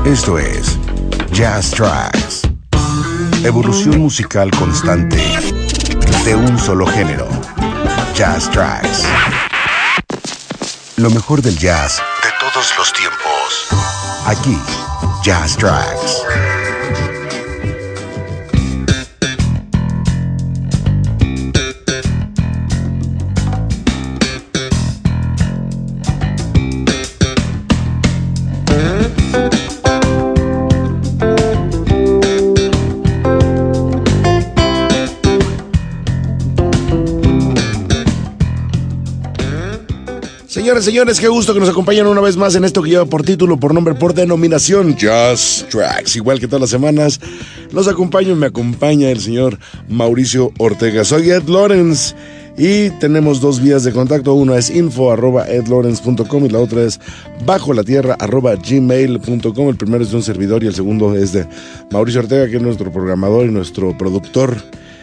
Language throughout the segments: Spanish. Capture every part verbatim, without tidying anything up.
Esto es Jazz Tracks, evolución musical constante de un solo género. Jazz Tracks, lo mejor del jazz de todos los tiempos. Aquí, Jazz Tracks. Señores, señores, qué gusto que nos acompañen una vez más en esto que lleva por título, por nombre, por denominación Jazz Tracks. Igual que todas las semanas, los acompaño y me acompaña el señor Mauricio Ortega. Soy Ed Lorenz y tenemos dos vías de contacto. Una es info arroba edlorenz punto com y la otra es bajo la tierra arroba gmail punto com. El primero es de un servidor y el segundo es de Mauricio Ortega, que es nuestro programador y nuestro productor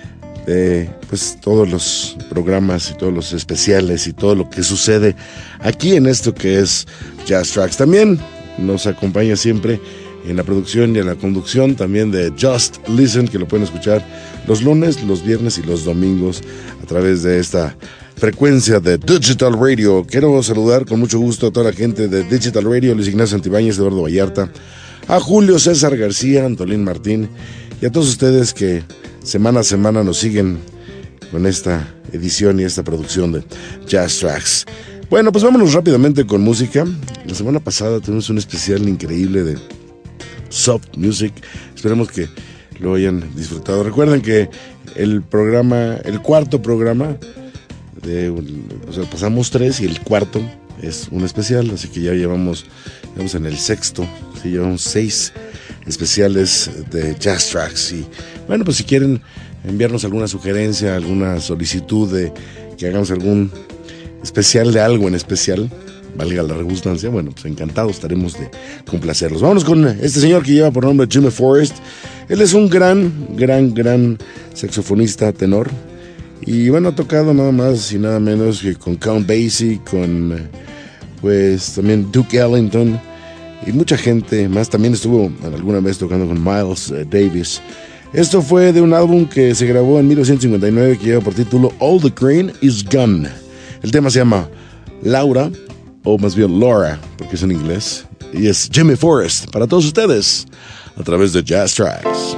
de pues todos los programas y todos los especiales y todo lo que sucede aquí en esto que es Jazz Tracks. También nos acompaña siempre en la producción y en la conducción también de Just Listen, que lo pueden escuchar los lunes, los viernes y los domingos a través de esta frecuencia de Digital Radio. Quiero saludar con mucho gusto a toda la gente de Digital Radio, Luis Ignacio Santibáñez, Eduardo Vallarta, a Julio César García, Antolín Martín y a todos ustedes que semana a semana nos siguen con esta edición y esta producción de Jazz Tracks. Bueno, pues vámonos rápidamente con música. La semana pasada tuvimos un especial increíble de soft music. Esperemos que lo hayan disfrutado. Recuerden que el programa, el cuarto programa, de, o sea, pasamos tres y el cuarto es un especial, así que ya llevamos, llevamos en el sexto, sí, llevamos seis especiales de Jazz Tracks. Y bueno, pues si quieren enviarnos alguna sugerencia, alguna solicitud de que hagamos algún especial de algo en especial, valga la redundancia, bueno, pues encantados estaremos de complacerlos. Vámonos con este señor que lleva por nombre Jimmy Forrest. Él es un gran, gran, gran saxofonista tenor. Y bueno, ha tocado nada más y nada menos que con Count Basie, con pues también Duke Ellington y mucha gente más. También estuvo alguna vez tocando con Miles uh, Davis. Esto fue de un álbum que se grabó en mil novecientos cincuenta y nueve que lleva por título All the Green is Gone. El tema se llama Laura, o más bien Laura, porque es en inglés. Y es Jimmy Forrest para todos ustedes a través de Jazz Tracks.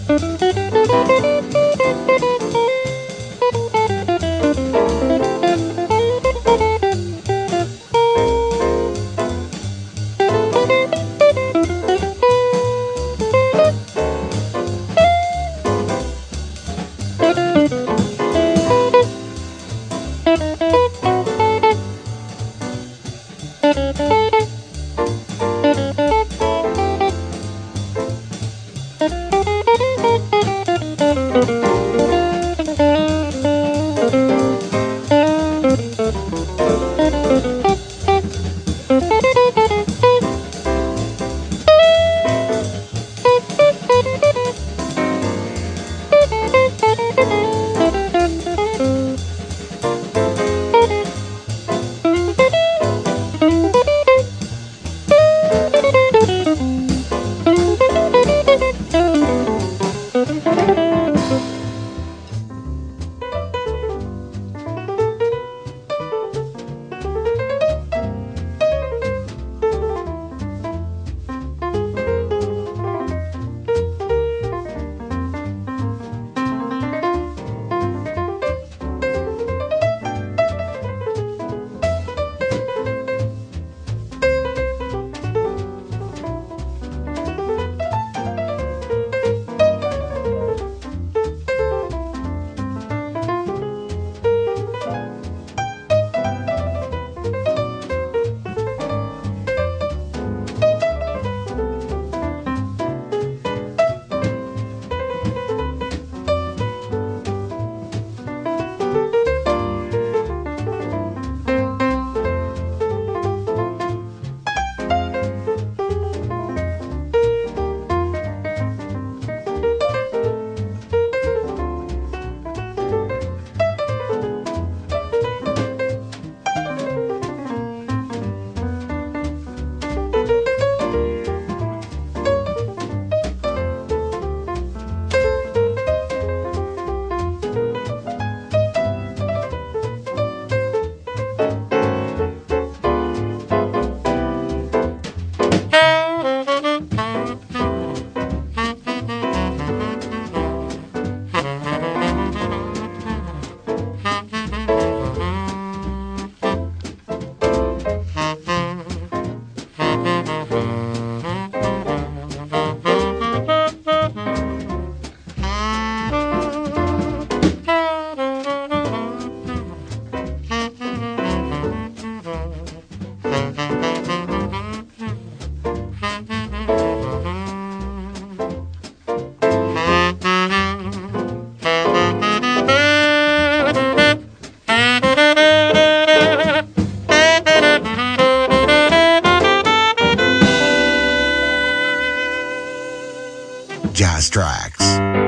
Jazz Tracks.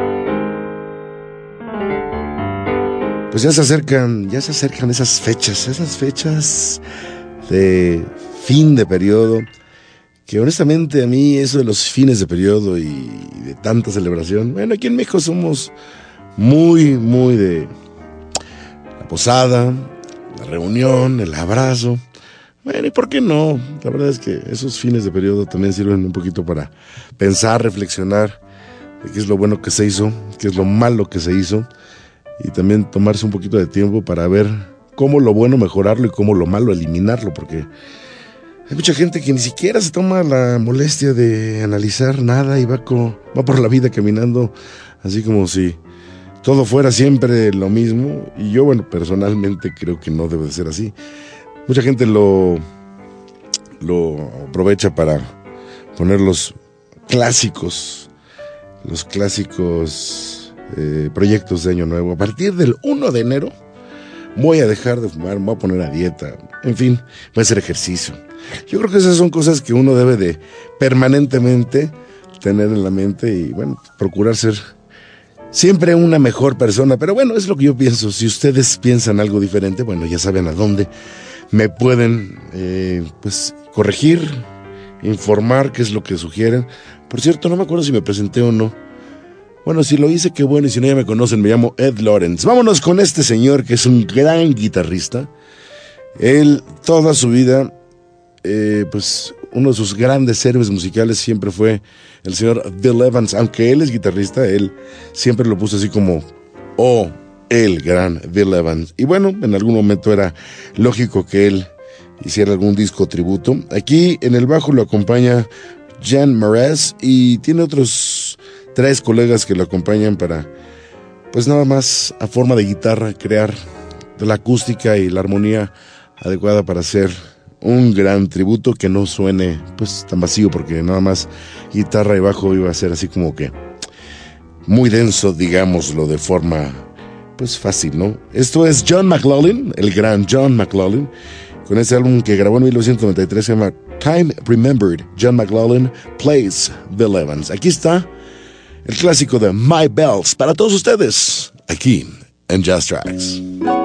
Pues ya se acercan, ya se acercan esas fechas, esas fechas de fin de periodo, que honestamente a mí eso de los fines de periodo y de tanta celebración, bueno, aquí en México somos muy, muy de la posada, la reunión, el abrazo. Bueno, ¿y por qué no? La verdad es que esos fines de periodo también sirven un poquito para pensar, reflexionar de qué es lo bueno que se hizo, qué es lo malo que se hizo, y también tomarse un poquito de tiempo para ver cómo lo bueno mejorarlo y cómo lo malo eliminarlo, porque hay mucha gente que ni siquiera se toma la molestia de analizar nada y va, co- va por la vida caminando así como si todo fuera siempre lo mismo, y yo, bueno, personalmente creo que no debe de ser así. Mucha gente lo, lo aprovecha para poner los clásicos, los clásicos eh, proyectos de Año Nuevo. A partir del primero de enero voy a dejar de fumar, me voy a poner a dieta, en fin, voy a hacer ejercicio. Yo creo que esas son cosas que uno debe de permanentemente tener en la mente y, bueno, procurar ser siempre una mejor persona. Pero bueno, es lo que yo pienso. Si ustedes piensan algo diferente, bueno, ya saben a dónde me pueden eh, pues corregir, informar qué es lo que sugieren. Por cierto, no me acuerdo si me presenté o no. Bueno, si lo hice, qué bueno, y si no ya me conocen, me llamo Ed Lawrence. Vámonos con este señor que es un gran guitarrista. Él toda su vida eh, pues uno de sus grandes héroes musicales siempre fue el señor Bill Evans. Aunque él es guitarrista, él siempre lo puso así como, oh, el gran Bill Evans. Y bueno, en algún momento era lógico que él hiciera algún disco tributo. Aquí en el bajo lo acompaña Jan Mraz y tiene otros tres colegas que lo acompañan para, pues nada más a forma de guitarra, crear la acústica y la armonía adecuada para hacer un gran tributo que no suene pues tan vacío, porque nada más guitarra y bajo iba a ser así como que muy denso, digámoslo de forma pues fácil, ¿no? Esto es John McLaughlin, el gran John McLaughlin, con ese álbum que grabó en mil novecientos noventa y tres, se llama Time Remembered. John McLaughlin plays Bill Evans. Aquí está el clásico de My Bells para todos ustedes, aquí en Jazz Tracks.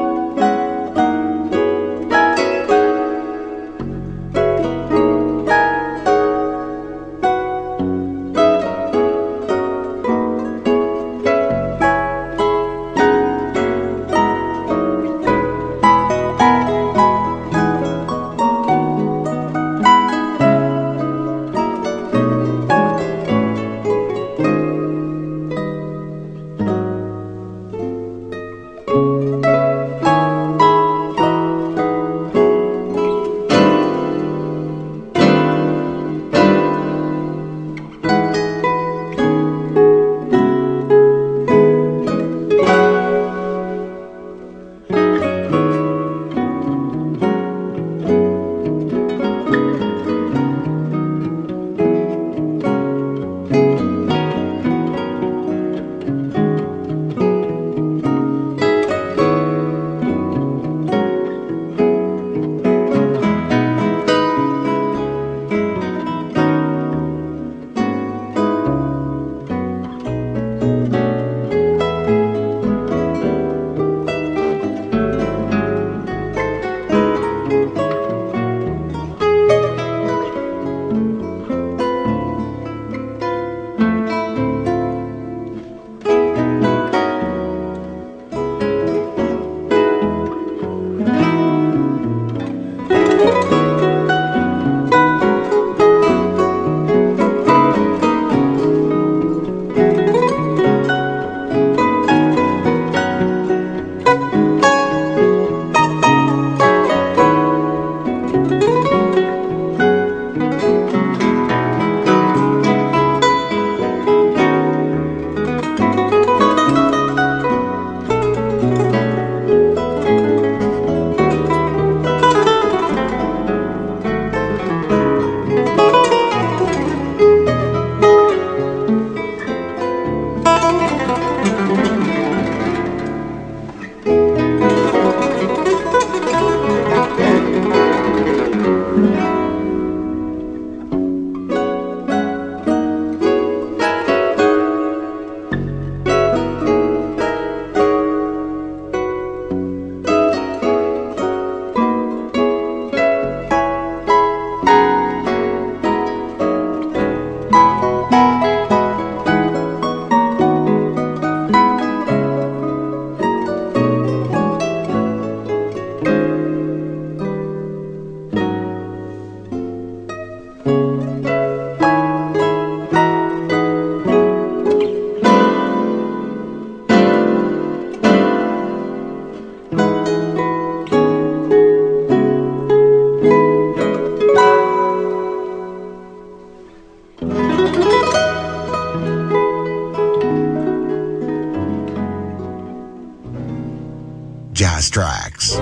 Jazz Tracks.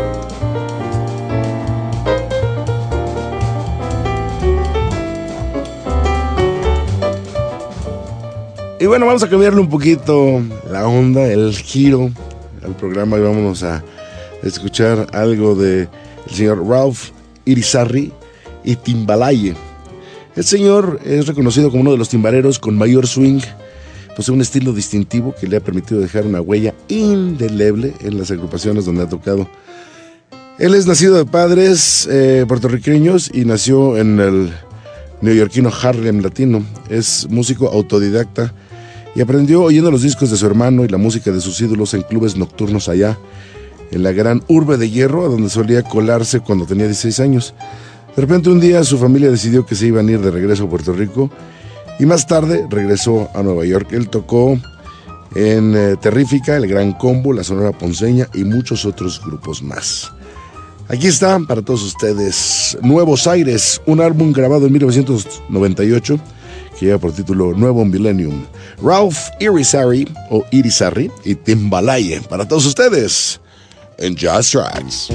Y bueno, vamos a cambiarle un poquito la onda, el giro al programa, y vámonos a escuchar algo de el señor Ralph Irizarry y Timbalaye. El señor es reconocido como uno de los timbareros con mayor swing. Posee un estilo distintivo que le ha permitido dejar una huella indeleble en las agrupaciones donde ha tocado. Él es nacido de padres eh, puertorriqueños y nació en el neoyorquino Harlem latino. Es músico autodidacta y aprendió oyendo los discos de su hermano y la música de sus ídolos en clubes nocturnos allá en la gran urbe de Hierro, a donde solía colarse cuando tenía dieciséis años. De repente un día su familia decidió que se iban a ir de regreso a Puerto Rico y más tarde regresó a Nueva York. Él tocó en eh, Terrífica, El Gran Combo, La Sonora Ponceña y muchos otros grupos más. Aquí está para todos ustedes Nuevos Aires, un álbum grabado en mil novecientos noventa y ocho que lleva por título Nuevo Millennium. Ralph Irizarry o Irizarry y Timbalaye para todos ustedes en Jazz Tracks.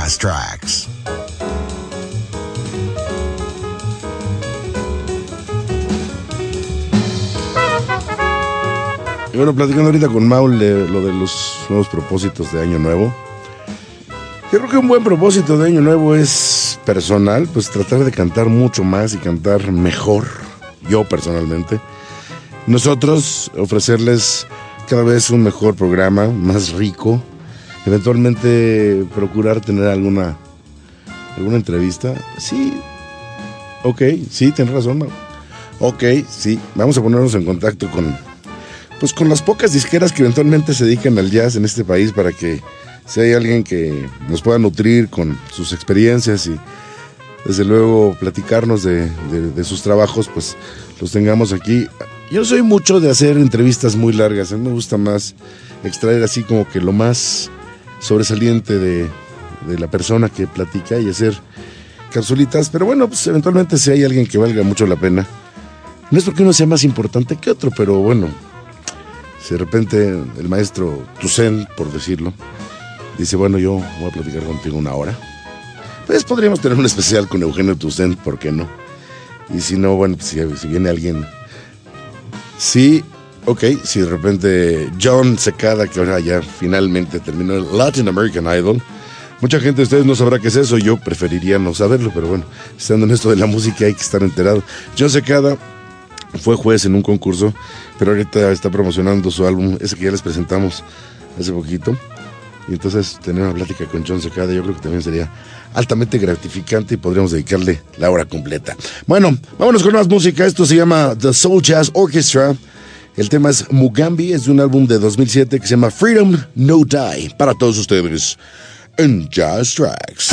Jazz Tracks. Y bueno, platicando ahorita con Maul de lo de los nuevos propósitos de Año Nuevo. Yo creo que un buen propósito de Año Nuevo es personal, pues tratar de cantar mucho más y cantar mejor, yo personalmente. Nosotros ofrecerles cada vez un mejor programa, más rico, eventualmente procurar tener alguna, alguna entrevista. Sí, ok, sí, tienes razón, Maul. Ok, sí, vamos a ponernos en contacto con... pues con las pocas disqueras que eventualmente se dedican al jazz en este país para que si hay alguien que nos pueda nutrir con sus experiencias y desde luego platicarnos de, de, de sus trabajos, pues los tengamos aquí. Yo soy mucho de hacer entrevistas muy largas, a mí me gusta más extraer así como que lo más sobresaliente de, de la persona que platica y hacer capsulitas, pero bueno, pues eventualmente si hay alguien que valga mucho la pena, no es porque uno sea más importante que otro, pero bueno, si de repente el maestro Toussaint, por decirlo, dice, bueno, yo voy a platicar contigo una hora, pues podríamos tener un especial con Eugenio Toussaint, ¿por qué no? Y si no, bueno, pues si, si viene alguien, sí, ok, si de repente John Secada, que ahora ya finalmente terminó el Latin American Idol, mucha gente de ustedes no sabrá qué es eso, yo preferiría no saberlo, pero bueno, estando en esto de la música hay que estar enterado. John Secada fue juez en un concurso, pero ahorita está promocionando su álbum, ese que ya les presentamos hace poquito. Y entonces tener una plática con John Secada yo creo que también sería altamente gratificante y podríamos dedicarle la hora completa. Bueno, vámonos con más música. Esto se llama The Soul Jazz Orchestra. El tema es Mugambi, es de un álbum de dos mil siete que se llama Freedom No Die. Para todos ustedes en Jazz Tracks.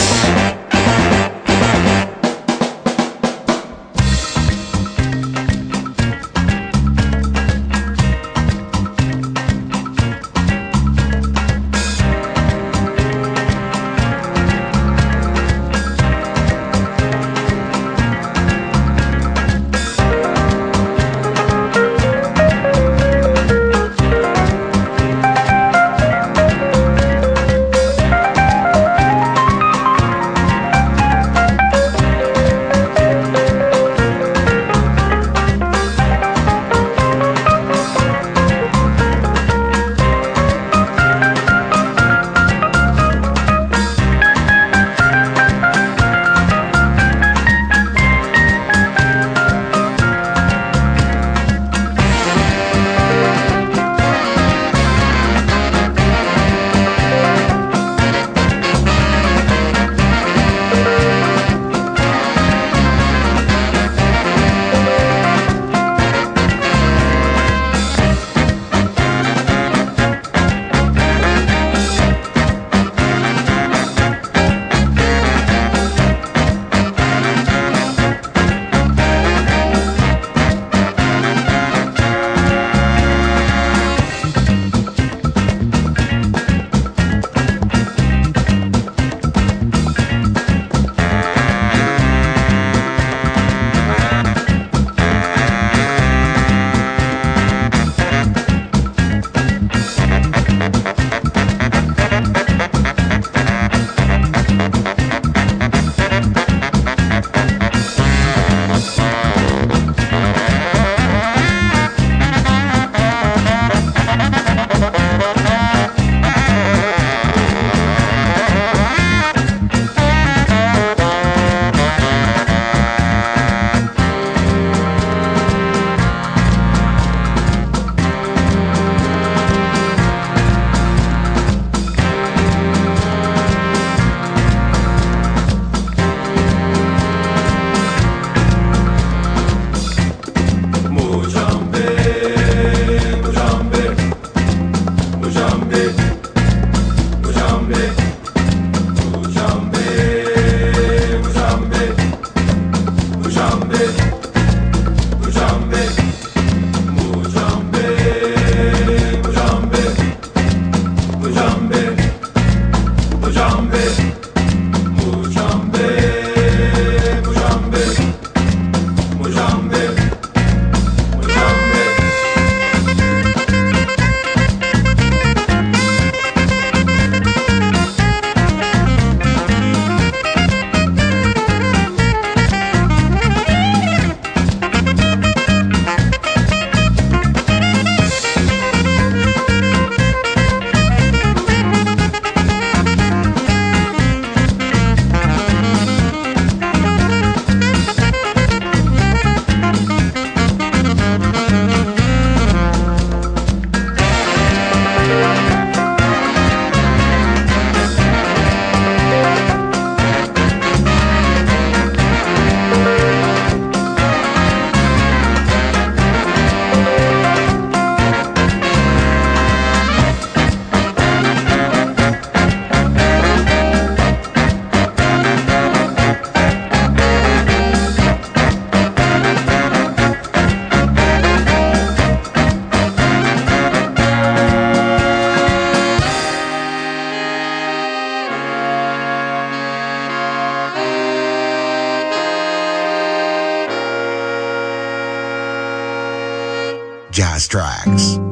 Jazz Tracks.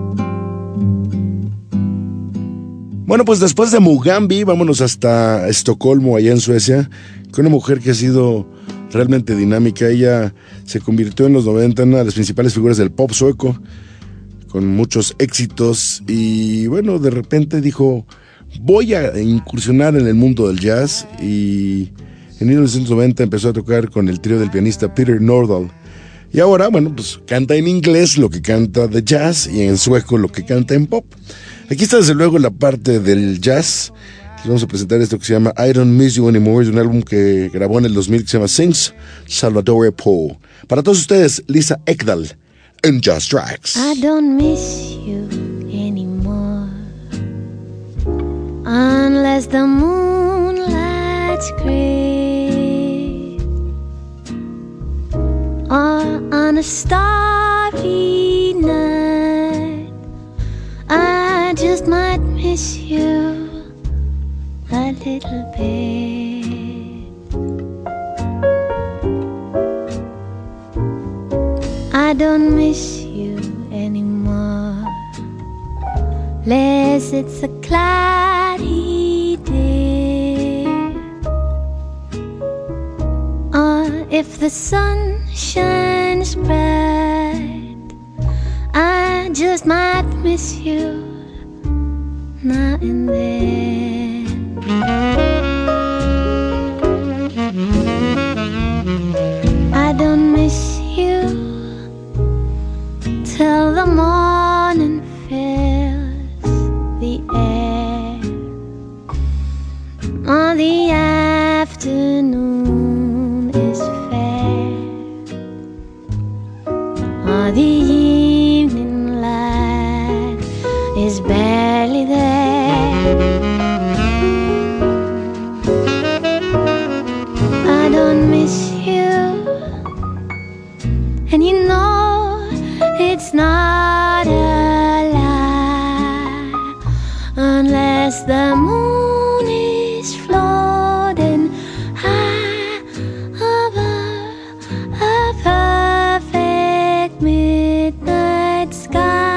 Bueno, pues después de Mugambi, vámonos hasta Estocolmo, allá en Suecia, con una mujer que ha sido realmente dinámica. Ella se convirtió en los noventa en una de las principales figuras del pop sueco, con muchos éxitos, y bueno, de repente dijo, voy a incursionar en el mundo del jazz, y en mil novecientos noventa empezó a tocar con el trío del pianista Peter Nordahl. Y ahora, bueno, pues canta en inglés lo que canta de jazz y en sueco lo que canta en pop. Aquí está desde luego la parte del jazz. Les vamos a presentar esto que se llama I Don't Miss You Anymore. Es un álbum que grabó en el dos mil que se llama Sings Salvatore Poe. Para todos ustedes, Lisa Ekdahl en Jazz Tracks. I don't miss you anymore, unless the moonlight's gray, or on a starry night. I just might miss you a little bit. I don't miss you anymore, unless it's a cloudy day, or if the sun shines bright. I just might miss you now and then. I don't miss you till the morning fills the air, or the afternoon is fair, or the evening light is barely there. I don't miss you, and you know it's not a lie, unless the moon is floating high above a perfect midnight sky.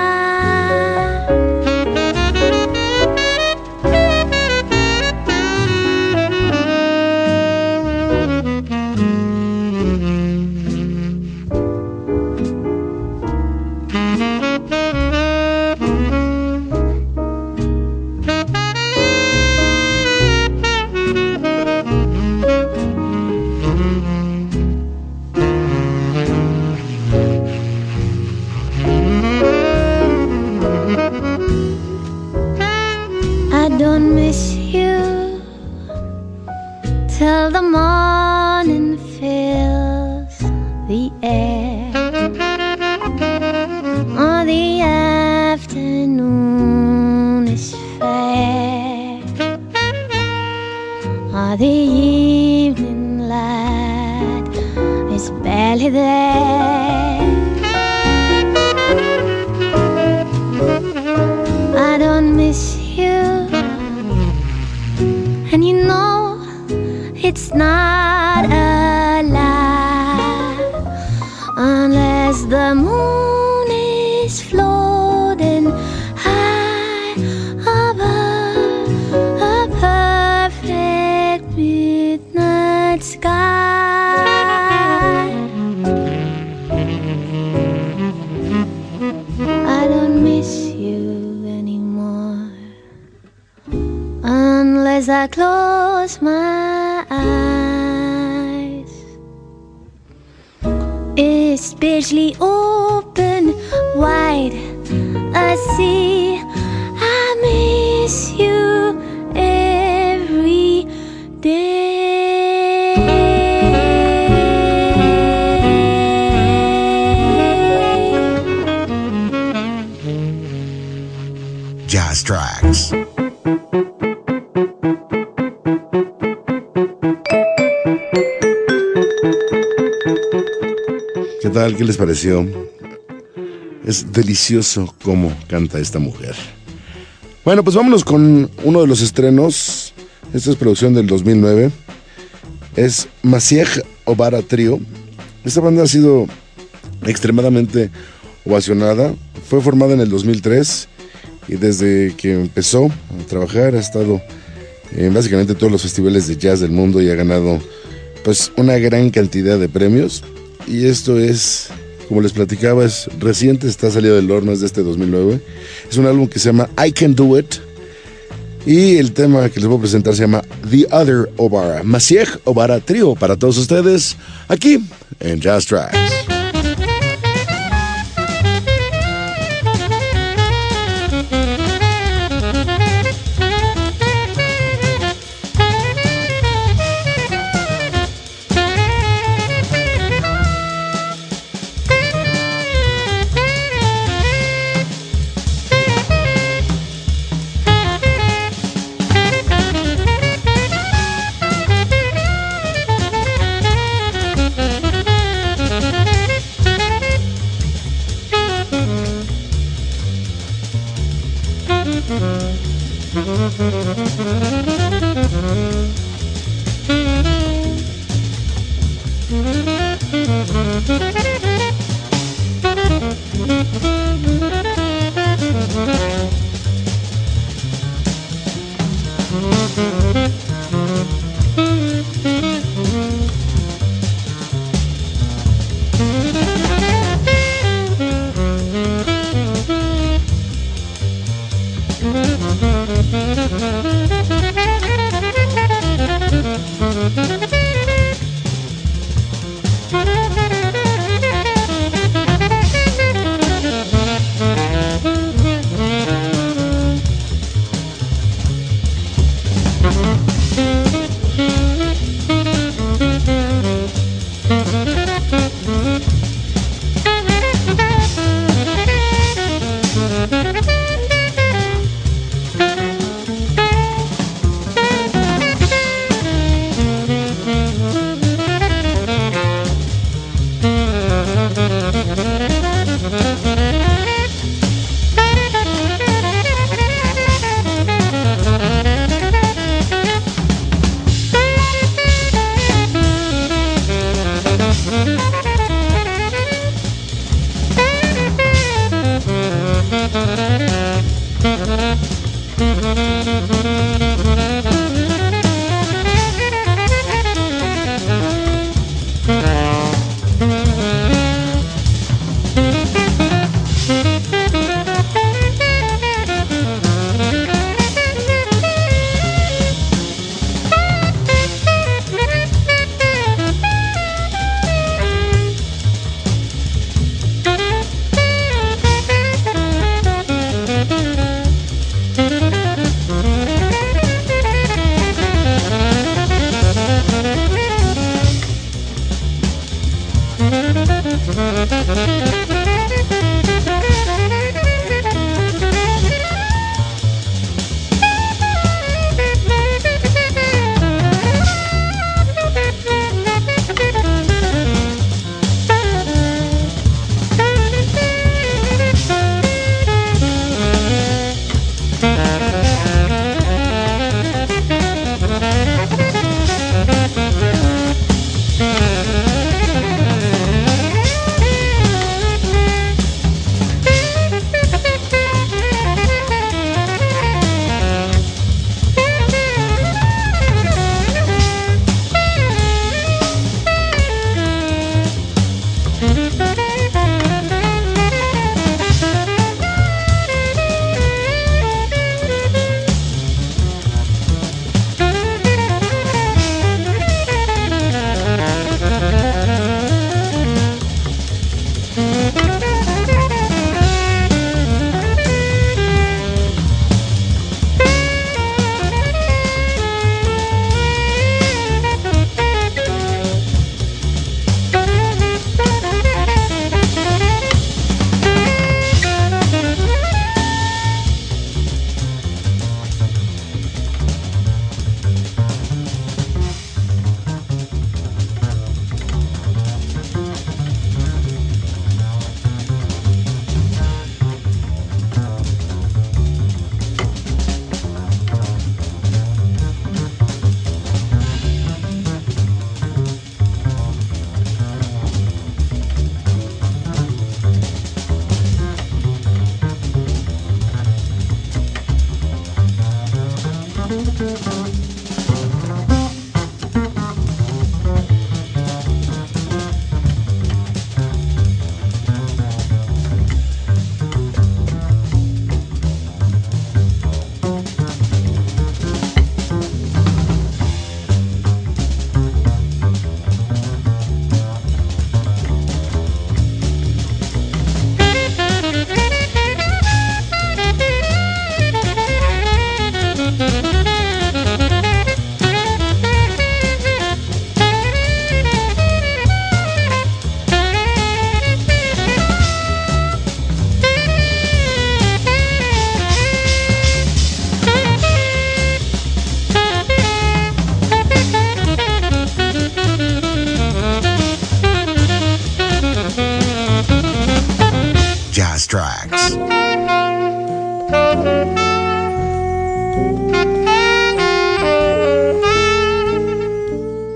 I don't miss you till the morning fills the air, or the afternoon is fair, or the evening light is barely there. I don't miss you, and you know it's not a lie, unless the moon is floating high above a perfect midnight sky. I don't miss you anymore, unless I close my eyes, especially open wide. I see I miss you every day. Jazz Tracks. ¿Qué tal? ¿Qué les pareció? Es delicioso cómo canta esta mujer. Bueno, pues vámonos con uno de los estrenos. Esta es producción del dos mil nueve. Es Maciej Obara Trio. Esta banda ha sido extremadamente ovacionada. fue formada en el dos mil tres y desde que empezó a trabajar ha estado en básicamente todos los festivales de jazz del mundo y ha ganado pues una gran cantidad de premios. Y esto es, como les platicaba, es reciente, está salido del horno, es de este dos mil nueve. Es un álbum que se llama I Can Do It. Y el tema que les voy a presentar se llama The Other Obara. Masiej Obara Trio para todos ustedes aquí en Jazz Tracks.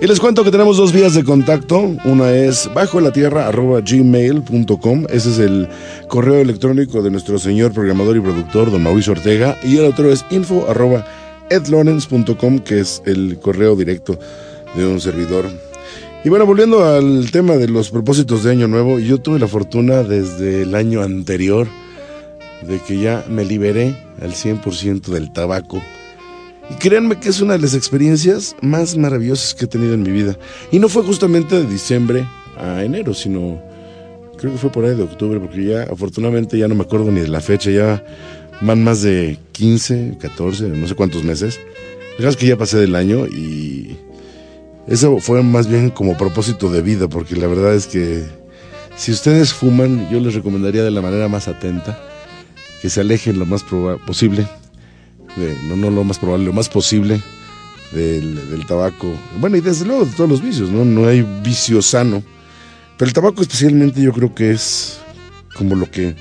Y les cuento que tenemos dos vías de contacto. Una es bajo la tierra arroba gmail punto com. Ese es el correo electrónico de nuestro señor programador y productor, don Mauricio Ortega. Y el otro es info arroba edlawrence punto com, que es el correo directo de un servidor. Y bueno, volviendo al tema de los propósitos de Año Nuevo, yo tuve la fortuna desde el año anterior de que ya me liberé al cien por ciento del tabaco. Y créanme que es una de las experiencias más maravillosas que he tenido en mi vida. Y no fue justamente de diciembre a enero, sino creo que fue por ahí de octubre, porque ya afortunadamente ya no me acuerdo ni de la fecha, ya van más de quince, catorce, no sé cuántos meses. La verdad es que ya pasé del año y eso fue más bien como propósito de vida, porque la verdad es que si ustedes fuman, yo les recomendaría de la manera más atenta que se alejen lo más proba- posible. De, no, no lo más probable, lo más posible del, del tabaco. Bueno, y desde luego de todos los vicios, ¿no? No hay vicio sano. Pero el tabaco especialmente yo creo que es como lo que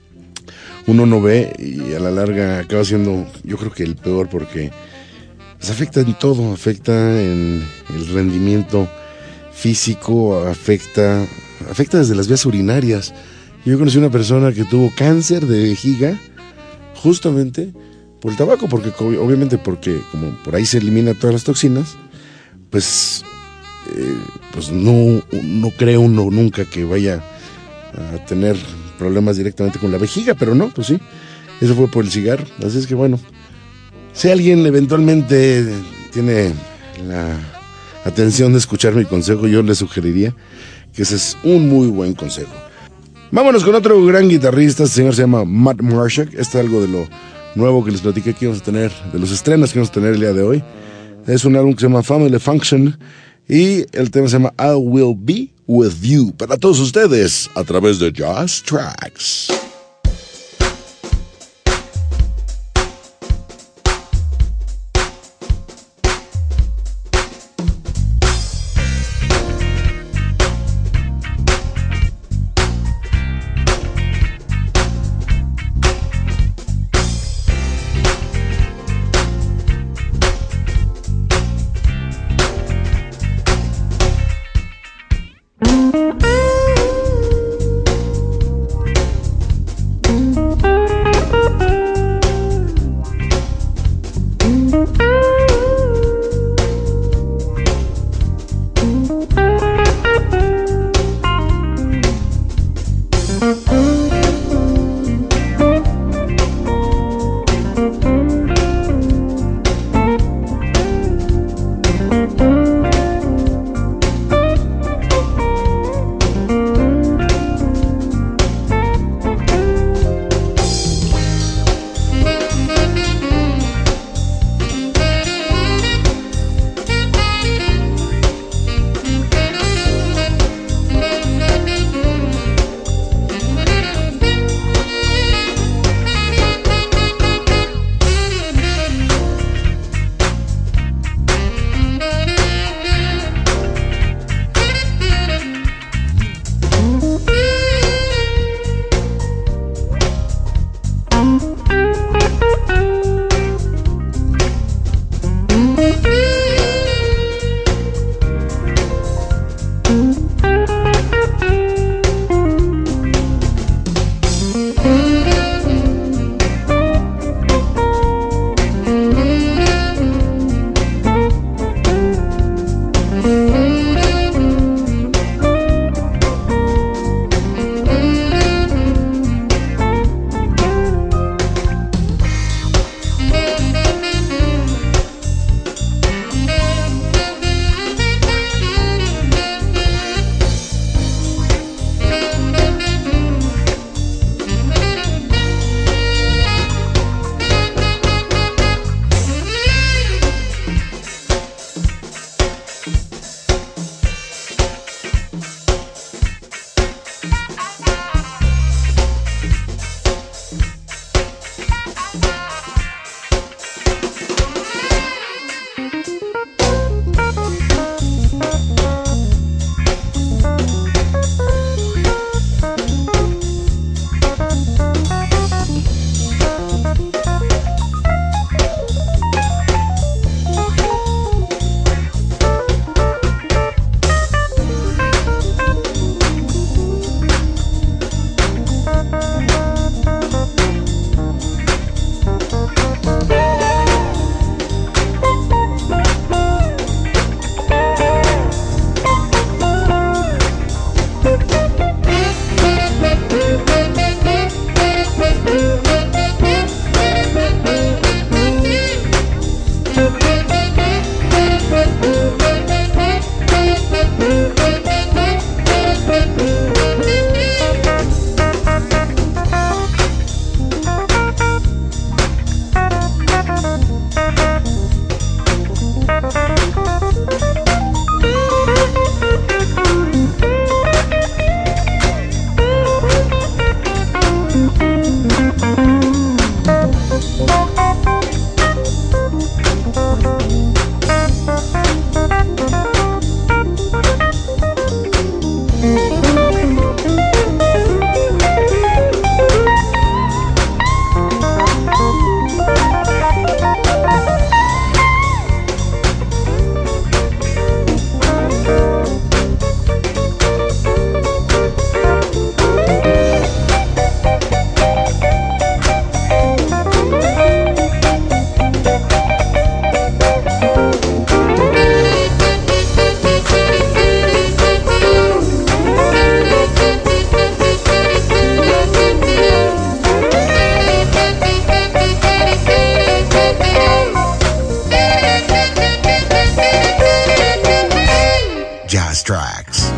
uno no ve y a la larga acaba siendo, yo creo que el peor, porque pues, afecta en todo, afecta en el rendimiento físico, afecta, afecta desde las vías urinarias. Yo conocí una persona que tuvo cáncer de vejiga justamente por el tabaco, porque obviamente porque como por ahí se eliminan todas las toxinas, pues eh, pues no, no cree uno nunca que vaya a tener problemas directamente con la vejiga, pero no, pues sí, eso fue por el cigarro. Así es que bueno, si alguien eventualmente tiene la atención de escuchar mi consejo, yo le sugeriría que ese es un muy buen consejo. Vámonos con otro gran guitarrista. Este señor se llama Matt Marshak. Este es algo de lo nuevo que les platiqué que íbamos a tener, de los estrenos que vamos a tener el día de hoy. Es un álbum que se llama Family Function y el tema se llama I Will Be With You, para todos ustedes a través de Just Tracks. Jazz Tracks.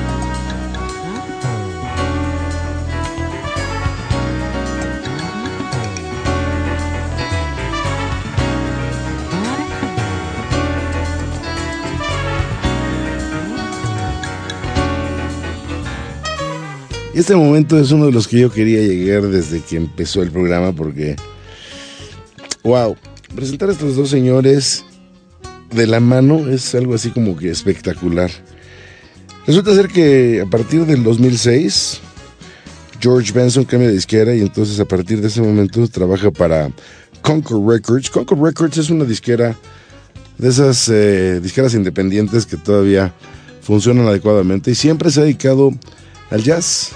Este momento es uno de los que yo quería llegar desde que empezó el programa porque, wow, presentar a estos dos señores de la mano es algo así como que espectacular. Resulta ser que a partir del dos mil seis, George Benson cambia de disquera y entonces a partir de ese momento trabaja para Concord Records. Concord Records es una disquera de esas eh, disqueras independientes que todavía funcionan adecuadamente y siempre se ha dedicado al jazz.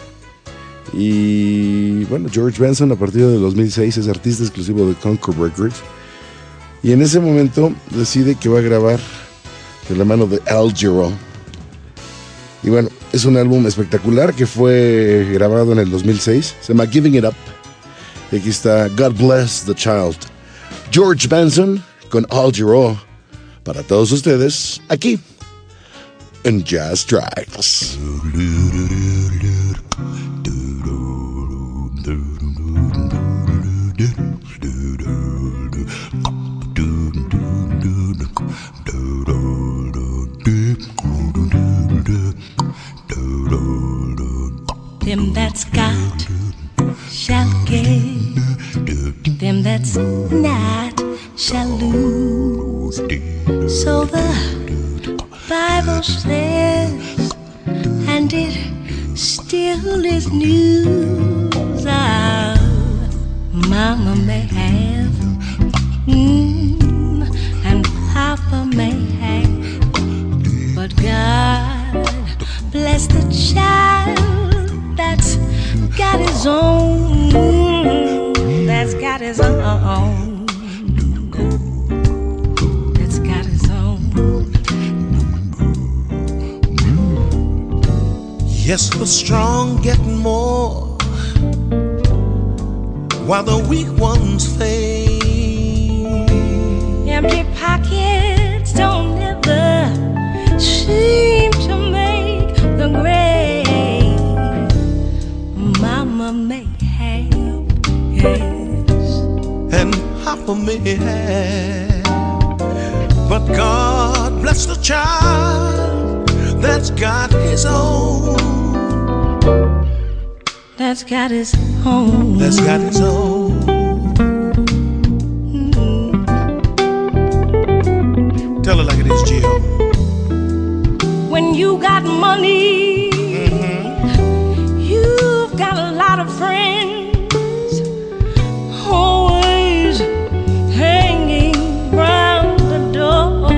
Y bueno, George Benson a partir del dos mil seis es artista exclusivo de Concord Records y en ese momento decide que va a grabar de la mano de Al Jarreau. Y bueno, es un álbum espectacular que fue grabado en el dos mil seis, se llama Giving It Up y aquí está God Bless the Child, George Benson con Al Jarreau para todos ustedes aquí en Jazz Tracks. Them that's got shall get, them that's not shall lose. So the Bible says, and it still is news. Ah, Mama may have, mm, and Papa may have, but God bless the child that's got his own, that's got his own, that's got his own. Yes, the strong get more while the weak ones fade. Empty pockets don't ever seem to make the grave. Mama may have, yes, And Papa may have, but God bless the child that's got his own, that's got his own, that's got his own. mm-hmm. Tell her like it is, Jill. When you got money, mm-hmm, you've got a lot of friends, always hanging round the door.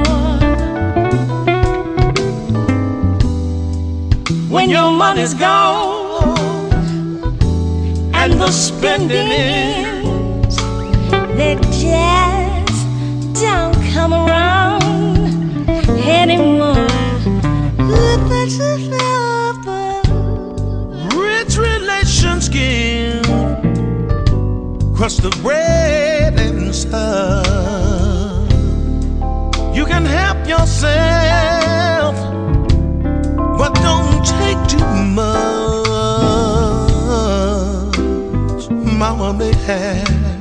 When your money's gone and the spending ends, they just don't come around anymore. Rich relations give crust of bread and sun. You can help yourself, but don't take too much. Mama may have,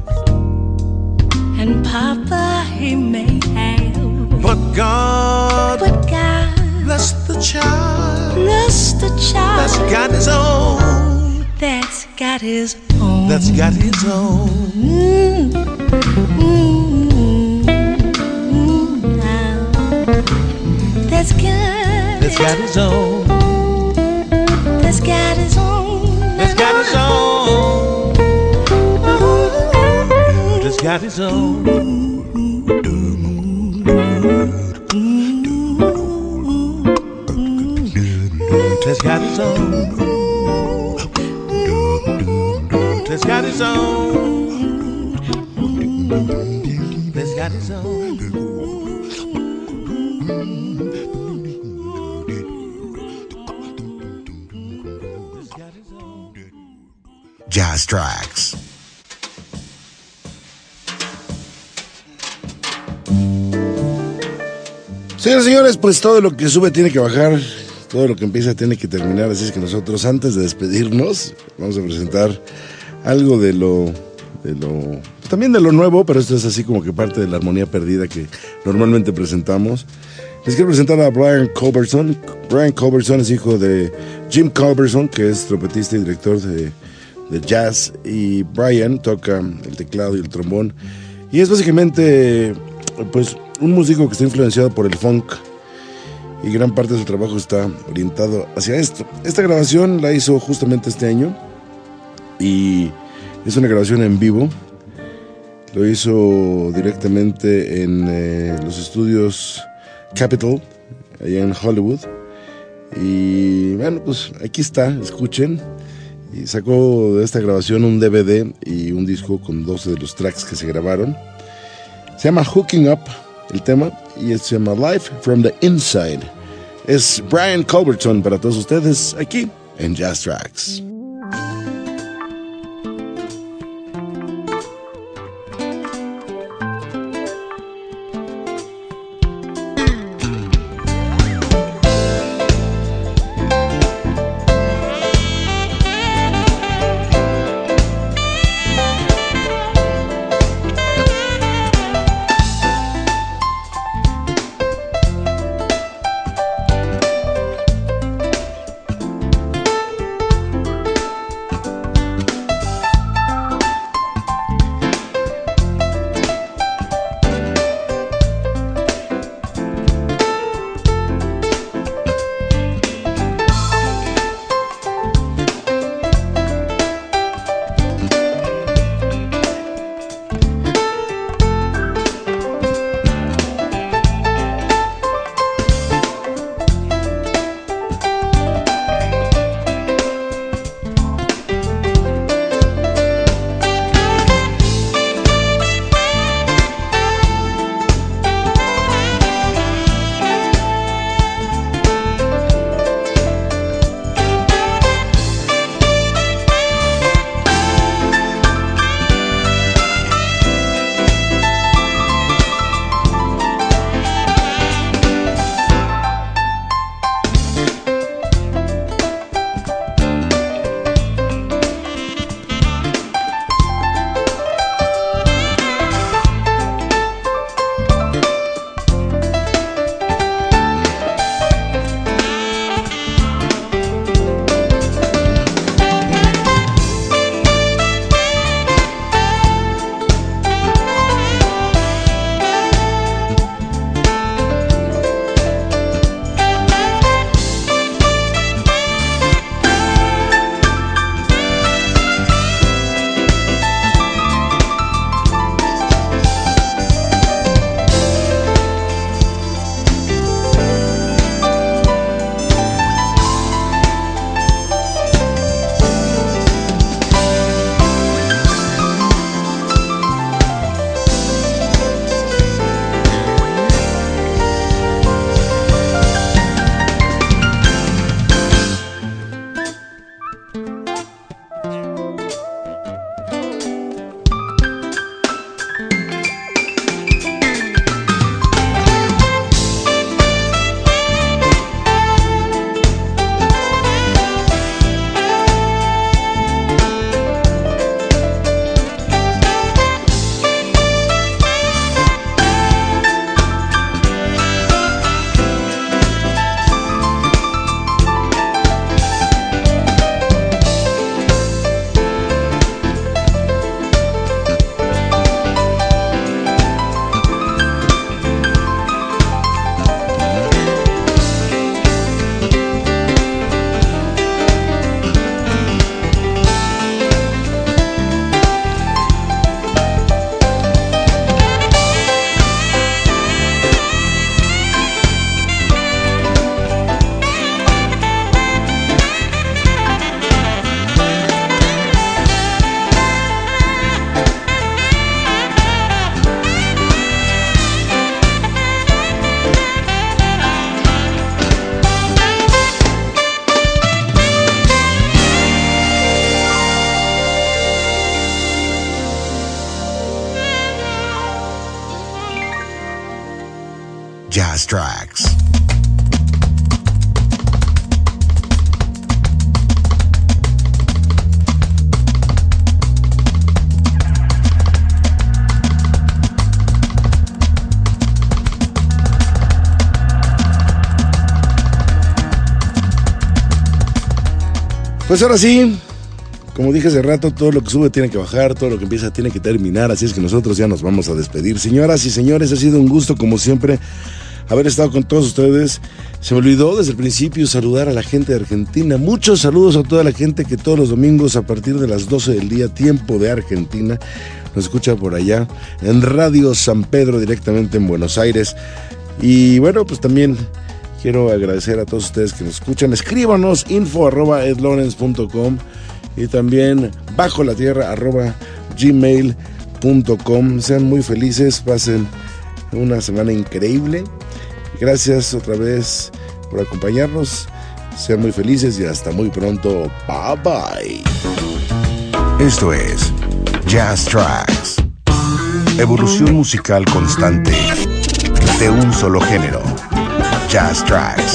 and Papa he may have, but God, but God bless the child, bless the child that's got his own, that's got his own, that's got his own. mm, mm, mm, now. That's got, That's got his own, that's got his own, that's got his own, that's got his own. That's got his own, that's got his own, that's got his own. Jazz Tracks. Señoras Señores, señores, pues todo lo que sube tiene que bajar, todo lo que empieza tiene que terminar, así es que nosotros antes de despedirnos vamos a presentar algo de lo, de lo, también de lo nuevo, pero esto es así como que parte de la armonía perdida que normalmente presentamos. Les quiero presentar a Brian Culbertson. Brian Culbertson es hijo de Jim Culbertson, que es trompetista y director de, de jazz, y Brian toca el teclado y el trombón, y es básicamente pues un músico que está influenciado por el funk, y gran parte de su trabajo está orientado hacia esto. Esta grabación la hizo justamente este año y es una grabación en vivo. Lo hizo directamente en eh, los estudios Capitol, allá en Hollywood. Y bueno, pues aquí está, escuchen. Y sacó de esta grabación un D V D y un disco con doce de los tracks que se grabaron. Se llama Hooking Up el tema, y se llama Life from the Inside. Es Brian Culbertson para todos ustedes aquí en Jazz Tracks. Jazz Tracks. Pues ahora sí, como dije hace rato, todo lo que sube tiene que bajar, todo lo que empieza tiene que terminar, así es que nosotros ya nos vamos a despedir. Señoras y señores, ha sido un gusto como siempre haber estado con todos ustedes. Se me olvidó desde el principio saludar a la gente de Argentina. Muchos saludos a toda la gente que todos los domingos a partir de las doce del día, tiempo de Argentina, nos escucha por allá en Radio San Pedro, directamente en Buenos Aires. Y bueno, pues también quiero agradecer a todos ustedes que nos escuchan. Escríbanos info arroba edlawrence punto com y también bajo la tierra arroba gmail punto com. Sean muy felices, pasen una semana increíble. Gracias otra vez por acompañarnos. Sean muy felices y hasta muy pronto. Bye bye. Esto es Jazz Tracks. Evolución musical constante de un solo género. Jazz Tracks.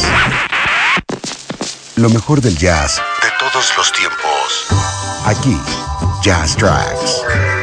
Lo mejor del jazz de todos los tiempos. Aquí, Jazz Tracks.